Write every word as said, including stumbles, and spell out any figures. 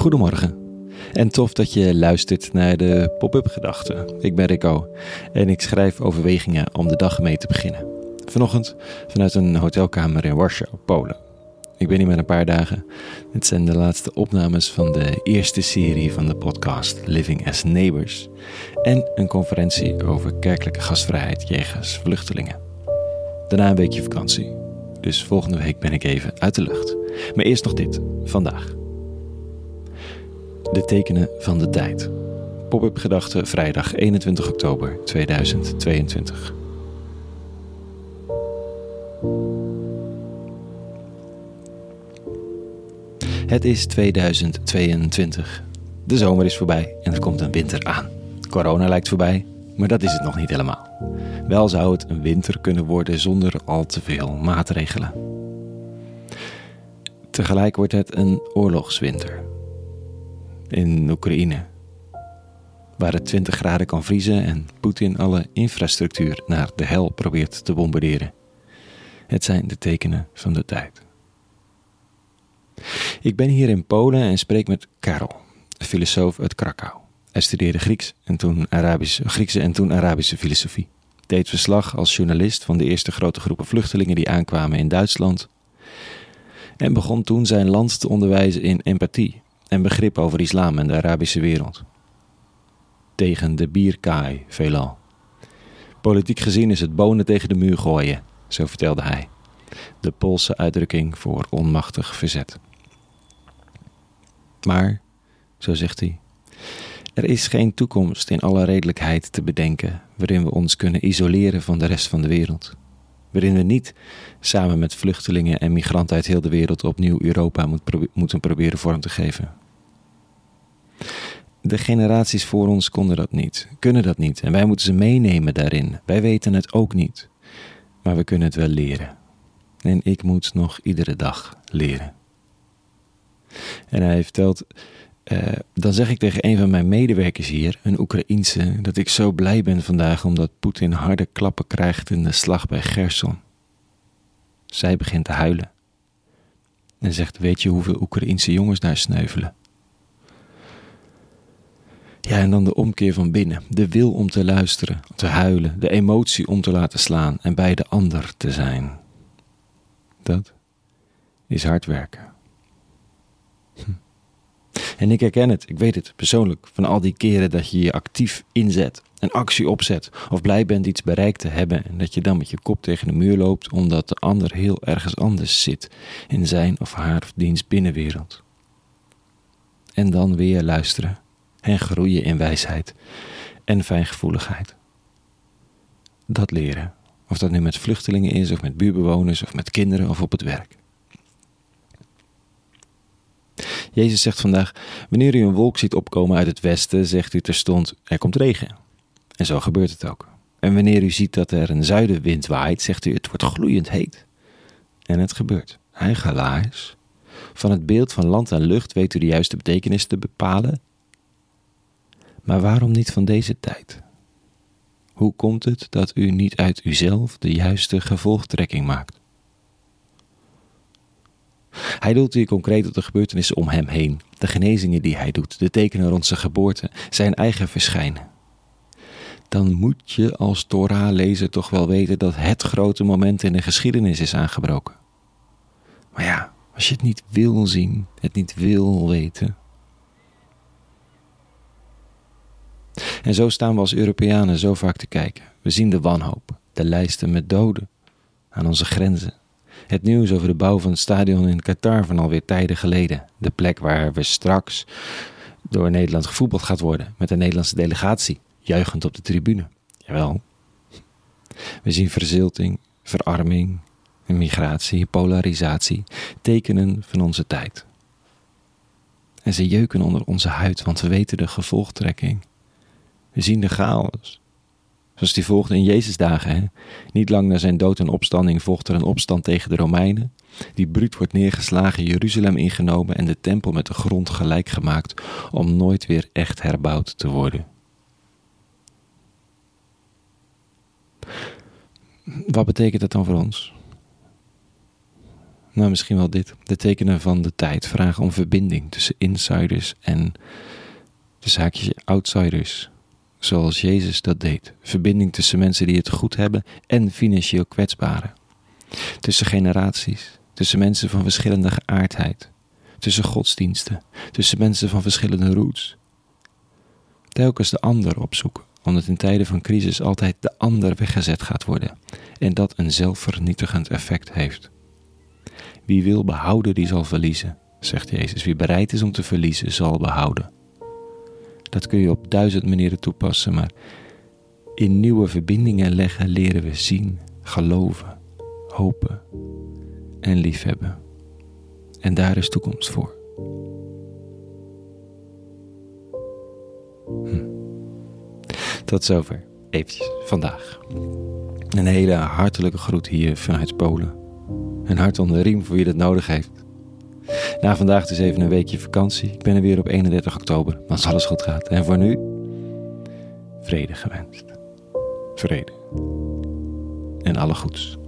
Goedemorgen en tof dat je luistert naar de Pop-up Gedachten. Ik ben Rico en ik schrijf overwegingen om de dag mee te beginnen. Vanochtend vanuit een hotelkamer in Warschau, Polen. Ik ben hier met een paar dagen. Dit zijn de laatste opnames van de eerste serie van de podcast Living as Neighbors en een conferentie over kerkelijke gastvrijheid jegens vluchtelingen. Daarna een weekje vakantie, dus volgende week ben ik even uit de lucht. Maar eerst nog dit, vandaag. De tekenen van de tijd. Pop-up Gedachten, vrijdag eenentwintig oktober tweeduizend tweeëntwintig. Het is tweeduizend tweeëntwintig. De zomer is voorbij en er komt een winter aan. Corona lijkt voorbij, maar dat is het nog niet helemaal. Wel zou het een winter kunnen worden zonder al te veel maatregelen. Tegelijk wordt het een oorlogswinter. In Oekraïne, waar het twintig graden kan vriezen en Poetin alle infrastructuur naar de hel probeert te bombarderen. Het zijn de tekenen van de tijd. Ik ben hier in Polen en spreek met Karol, een filosoof uit Krakau. Hij studeerde Grieks en toen Arabische, Griekse en toen Arabische filosofie. Deed verslag als journalist van de eerste grote groepen vluchtelingen die aankwamen in Duitsland. En begon toen zijn land te onderwijzen in empathie en begrip over islam en de Arabische wereld. Tegen de bierkaai veelal. Politiek gezien is het bonen tegen de muur gooien, zo vertelde hij. De Poolse uitdrukking voor onmachtig verzet. Maar, zo zegt hij, er is geen toekomst in alle redelijkheid te bedenken waarin we ons kunnen isoleren van de rest van de wereld. Waarin we niet samen met vluchtelingen en migranten uit heel de wereld opnieuw Europa moet probe- moeten proberen vorm te geven. De generaties voor ons konden dat niet, kunnen dat niet en wij moeten ze meenemen daarin. Wij weten het ook niet, maar we kunnen het wel leren. En ik moet nog iedere dag leren. En hij vertelt, uh, dan zeg ik tegen een van mijn medewerkers hier, een Oekraïense, dat ik zo blij ben vandaag omdat Poetin harde klappen krijgt in de slag bij Gerson. Zij begint te huilen. En zegt, weet je hoeveel Oekraïense jongens daar sneuvelen? Ja, en dan de omkeer van binnen. De wil om te luisteren, te huilen, de emotie om te laten slaan en bij de ander te zijn. Dat is hard werken. Hm. En ik herken het, ik weet het persoonlijk, van al die keren dat je je actief inzet, een actie opzet of blij bent iets bereikt te hebben en dat je dan met je kop tegen de muur loopt omdat de ander heel ergens anders zit in zijn of haar of diens binnenwereld. En dan weer luisteren en groeien in wijsheid en fijngevoeligheid. Dat leren, of dat nu met vluchtelingen is of met buurtbewoners of met kinderen of op het werk. Jezus zegt vandaag, wanneer u een wolk ziet opkomen uit het westen, zegt u terstond, er komt regen. En zo gebeurt het ook. En wanneer u ziet dat er een zuidenwind waait, zegt u, het wordt gloeiend heet. En het gebeurt. Heiligelaars. Van het beeld van land en lucht weet u de juiste betekenis te bepalen. Maar waarom niet van deze tijd? Hoe komt het dat u niet uit uzelf de juiste gevolgtrekking maakt? Hij doelt hier concreet op de gebeurtenissen om hem heen, de genezingen die hij doet, de tekenen rond zijn geboorte, zijn eigen verschijnen. Dan moet je als Torah-lezer toch wel weten dat het grote moment in de geschiedenis is aangebroken. Maar ja, als je het niet wil zien, het niet wil weten. En zo staan we als Europeanen zo vaak te kijken. We zien de wanhoop, de lijsten met doden aan onze grenzen. Het nieuws over de bouw van het stadion in Qatar van alweer tijden geleden. De plek waar we straks door Nederland gevoetbald gaat worden met een Nederlandse delegatie, juichend op de tribune. Jawel. We zien verzilting, verarming, migratie, polarisatie, tekenen van onze tijd. En ze jeuken onder onze huid, want we weten de gevolgtrekking. We zien de chaos. Zoals die volgde in Jezus' dagen. Hè? Niet lang na zijn dood en opstanding volgt er een opstand tegen de Romeinen. Die bruut wordt neergeslagen, Jeruzalem ingenomen en de tempel met de grond gelijk gemaakt om nooit weer echt herbouwd te worden. Wat betekent dat dan voor ons? Nou, misschien wel dit. De tekenen van de tijd vragen om verbinding tussen insiders en de zaakjes outsiders. Zoals Jezus dat deed. Verbinding tussen mensen die het goed hebben en financieel kwetsbaren. Tussen generaties. Tussen mensen van verschillende geaardheid. Tussen godsdiensten. Tussen mensen van verschillende roots. Telkens de ander opzoeken. Omdat in tijden van crisis altijd de ander weggezet gaat worden. En dat een zelfvernietigend effect heeft. Wie wil behouden, die zal verliezen, zegt Jezus. Wie bereid is om te verliezen, zal behouden. Dat kun je op duizend manieren toepassen, maar in nieuwe verbindingen leggen leren we zien, geloven, hopen en liefhebben. En daar is toekomst voor. Hm. Tot zover, eventjes, vandaag. Een hele hartelijke groet hier vanuit Polen. Een hart onder de riem voor wie dat nodig heeft. Na vandaag dus even een weekje vakantie. Ik ben er weer op eenendertig oktober, als alles goed gaat. En voor nu, vrede gewenst. Vrede. En alle goeds.